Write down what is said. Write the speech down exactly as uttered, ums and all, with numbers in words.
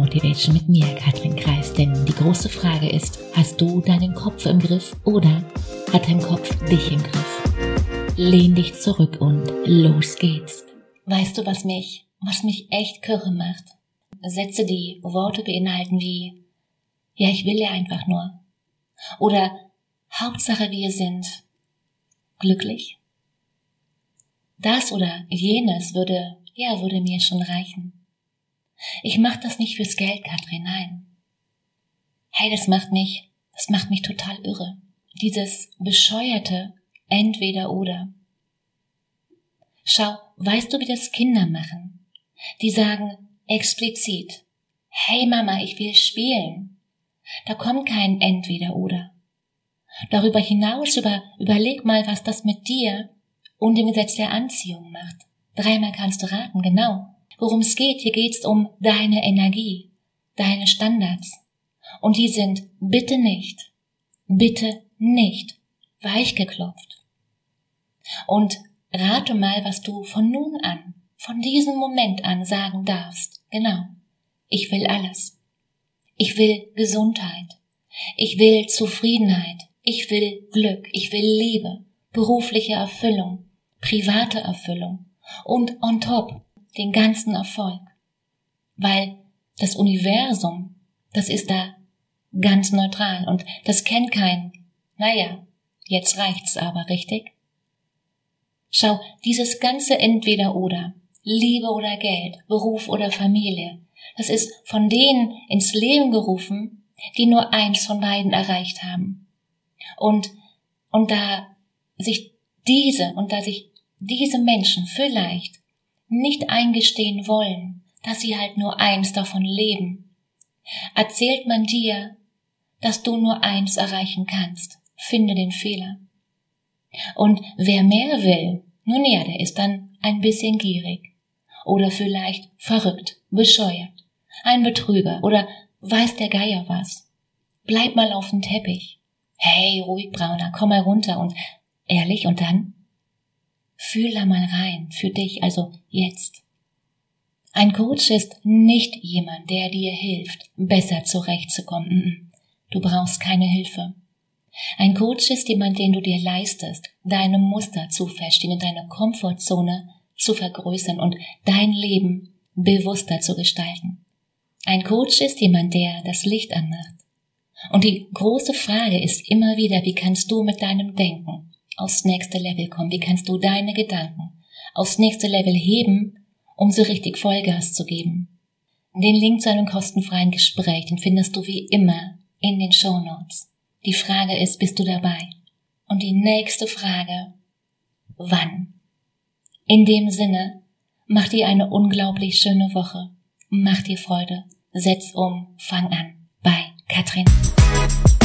Motivation mit mir, Katrin Kreis. Denn die große Frage ist, hast du deinen Kopf im Griff oder hat dein Kopf dich im Griff? Lehn dich zurück und los geht's. Weißt du, was mich, was mich echt kirre macht? Sätze, die Worte beinhalten wie, ja, ich will ja einfach nur. Oder Hauptsache wir sind glücklich. Das oder jenes würde, ja, würde mir schon reichen. Ich mach das nicht fürs Geld, Katrin, nein. Hey, das macht mich, das macht mich total irre. Dieses bescheuerte Entweder-Oder. Schau, weißt du, wie das Kinder machen? Die sagen explizit, hey Mama, ich will spielen. Da kommt kein Entweder-Oder. Darüber hinaus über, überleg mal, was das mit dir und dem Gesetz der Anziehung macht. Dreimal kannst du raten, genau. Worum es geht, hier geht's um deine Energie, deine Standards. Und die sind bitte nicht, bitte nicht weichgeklopft. Und rate mal, was du von nun an, von diesem Moment an sagen darfst. Genau, ich will alles. Ich will Gesundheit. Ich will Zufriedenheit. Ich will Glück. Ich will Liebe, berufliche Erfüllung, private Erfüllung und on top den ganzen Erfolg. Weil das Universum, das ist da ganz neutral und das kennt kein, naja, jetzt reicht's aber, richtig? Schau, dieses ganze Entweder-Oder, Liebe oder Geld, Beruf oder Familie, das ist von denen ins Leben gerufen, die nur eins von beiden erreicht haben. Und, und da sich diese, und da sich diese Menschen vielleicht nicht eingestehen wollen, dass sie halt nur eins davon leben, erzählt man dir, dass du nur eins erreichen kannst. Finde den Fehler. Und wer mehr will, nun ja, der ist dann ein bisschen gierig. Oder vielleicht verrückt, bescheuert, ein Betrüger oder weiß der Geier was. Bleib mal auf dem Teppich. Hey, ruhig, Brauner, komm mal runter und ehrlich und dann? Fühl da mal rein, für dich, also jetzt. Ein Coach ist nicht jemand, der dir hilft, besser zurechtzukommen. Du brauchst keine Hilfe. Ein Coach ist jemand, den du dir leistest, deine Muster zu verstehen und deine Komfortzone zu vergrößern und dein Leben bewusster zu gestalten. Ein Coach ist jemand, der das Licht anmacht. Und die große Frage ist immer wieder, wie kannst du mit deinem Denken aufs nächste Level kommen? Wie kannst du deine Gedanken aufs nächste Level heben, um so richtig Vollgas zu geben? Den Link zu einem kostenfreien Gespräch, den findest du wie immer in den Shownotes. Die Frage ist, bist du dabei? Und die nächste Frage, wann? In dem Sinne, mach dir eine unglaublich schöne Woche. Mach dir Freude. Setz um, fang an. Bei Katrin.